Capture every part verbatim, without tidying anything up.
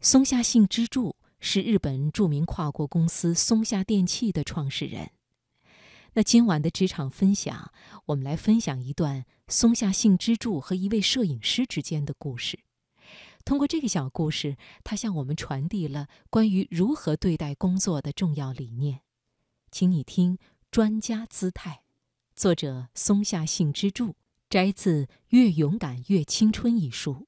松下幸之助是日本著名跨国公司松下电器的创始人。那今晚的职场分享，我们来分享一段松下幸之助和一位摄影师之间的故事。通过这个小故事，他向我们传递了关于如何对待工作的重要理念。请你听《专家姿态》，作者松下幸之助，摘自《越勇敢越青春》一书。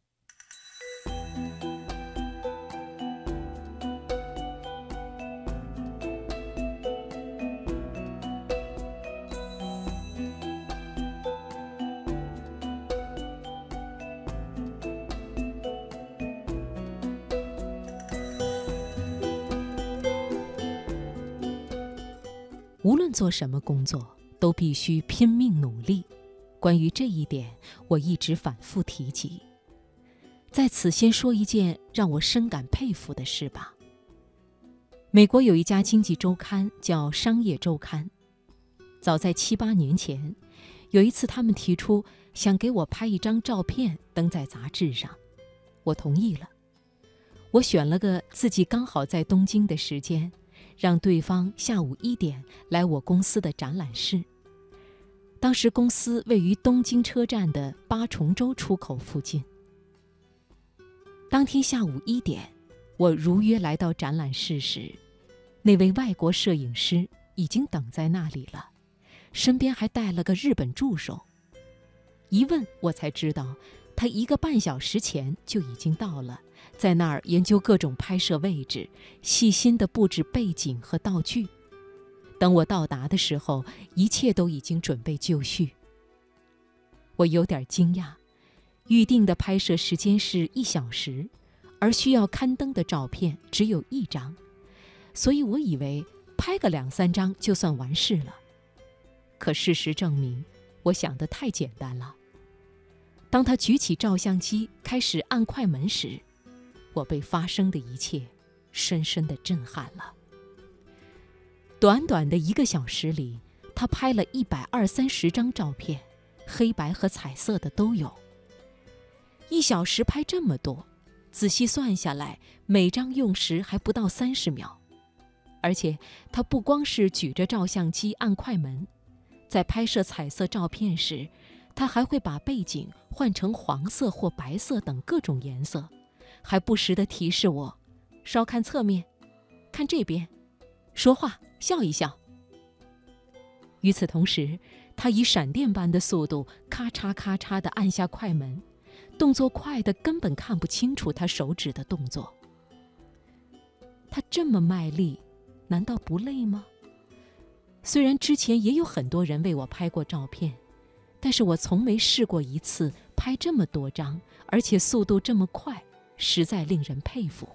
无论做什么工作，都必须拼命努力。关于这一点，我一直反复提及。在此先说一件让我深感佩服的事吧。美国有一家经济周刊叫《商业周刊》。早在七八年前，有一次他们提出想给我拍一张照片登在杂志上，我同意了。我选了个自己刚好在东京的时间，让对方下午一点来我公司的展览室。当时公司位于东京车站的八重洲出口附近。当天下午一点，我如约来到展览室时，那位外国摄影师已经等在那里了，身边还带了个日本助手。一问我才知道，他一个半小时前就已经到了，在那儿研究各种拍摄位置，细心地布置背景和道具。等我到达的时候，一切都已经准备就绪。我有点惊讶，预定的拍摄时间是一小时，而需要刊登的照片只有一张，所以我以为拍个两三张就算完事了。可事实证明，我想得太简单了。当他举起照相机开始按快门时，我被发生的一切深深地震撼了。短短的一个小时里，他拍了一百二三十张照片，黑白和彩色的都有。一小时拍这么多，仔细算下来，每张用时还不到三十秒。而且他不光是举着照相机按快门，在拍摄彩色照片时，他还会把背景换成黄色或白色等各种颜色，还不时地提示我，稍看侧面，看这边，说话，笑一笑。与此同时，他以闪电般的速度咔嚓咔嚓地按下快门，动作快得根本看不清楚他手指的动作。他这么卖力，难道不累吗？虽然之前也有很多人为我拍过照片，但是我从没试过一次拍这么多张，而且速度这么快，实在令人佩服。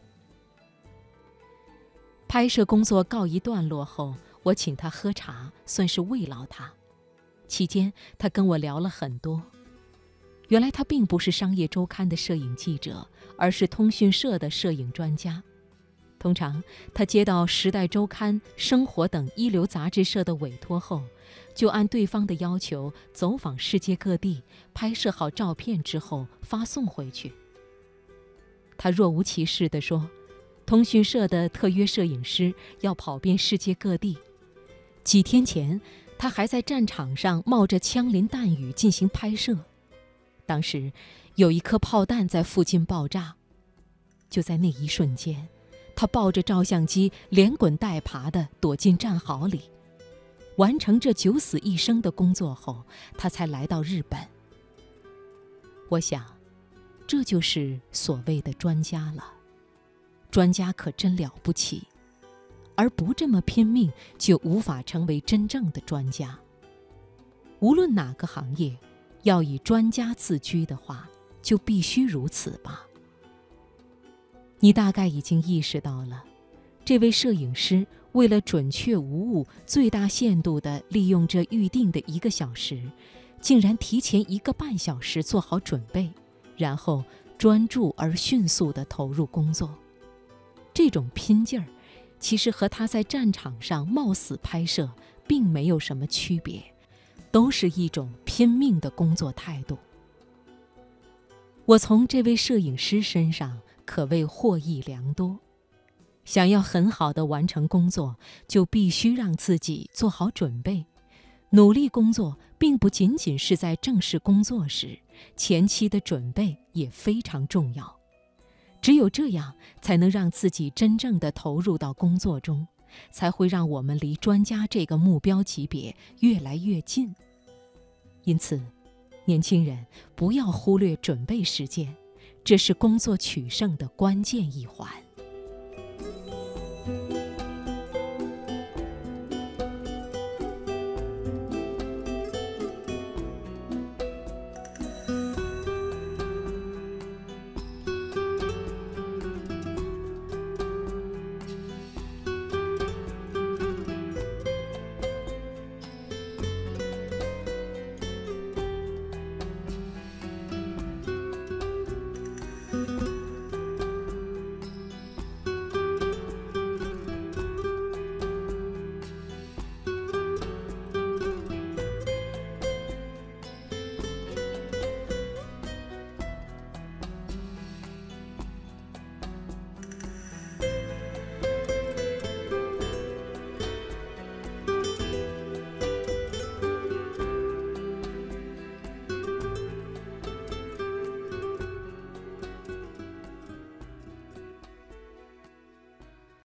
拍摄工作告一段落后，我请他喝茶，算是慰劳他。期间，他跟我聊了很多。原来他并不是商业周刊的摄影记者，而是通讯社的摄影专家。通常，他接到时代周刊、生活等一流杂志社的委托后，就按对方的要求走访世界各地，拍摄好照片之后发送回去。他若无其事地说，通讯社的特约摄影师要跑遍世界各地。几天前，他还在战场上冒着枪林弹雨进行拍摄。当时，有一颗炮弹在附近爆炸。就在那一瞬间，他抱着照相机连滚带爬地躲进战壕里。完成这九死一生的工作后，他才来到日本。我想，这就是所谓的专家了。专家可真了不起，而不这么拼命，就无法成为真正的专家。无论哪个行业，要以专家自居的话，就必须如此吧。你大概已经意识到了，这位摄影师为了准确无误、最大限度地利用这预定的一个小时，竟然提前一个半小时做好准备，然后专注而迅速地投入工作。这种拼劲儿，其实和他在战场上冒死拍摄并没有什么区别，都是一种拼命的工作态度。我从这位摄影师身上可谓获益良多。想要很好地完成工作，就必须让自己做好准备。努力工作并不仅仅是在正式工作时，前期的准备也非常重要。只有这样，才能让自己真正地投入到工作中，才会让我们离专家这个目标级别越来越近。因此，年轻人不要忽略准备时间，这是工作取胜的关键一环。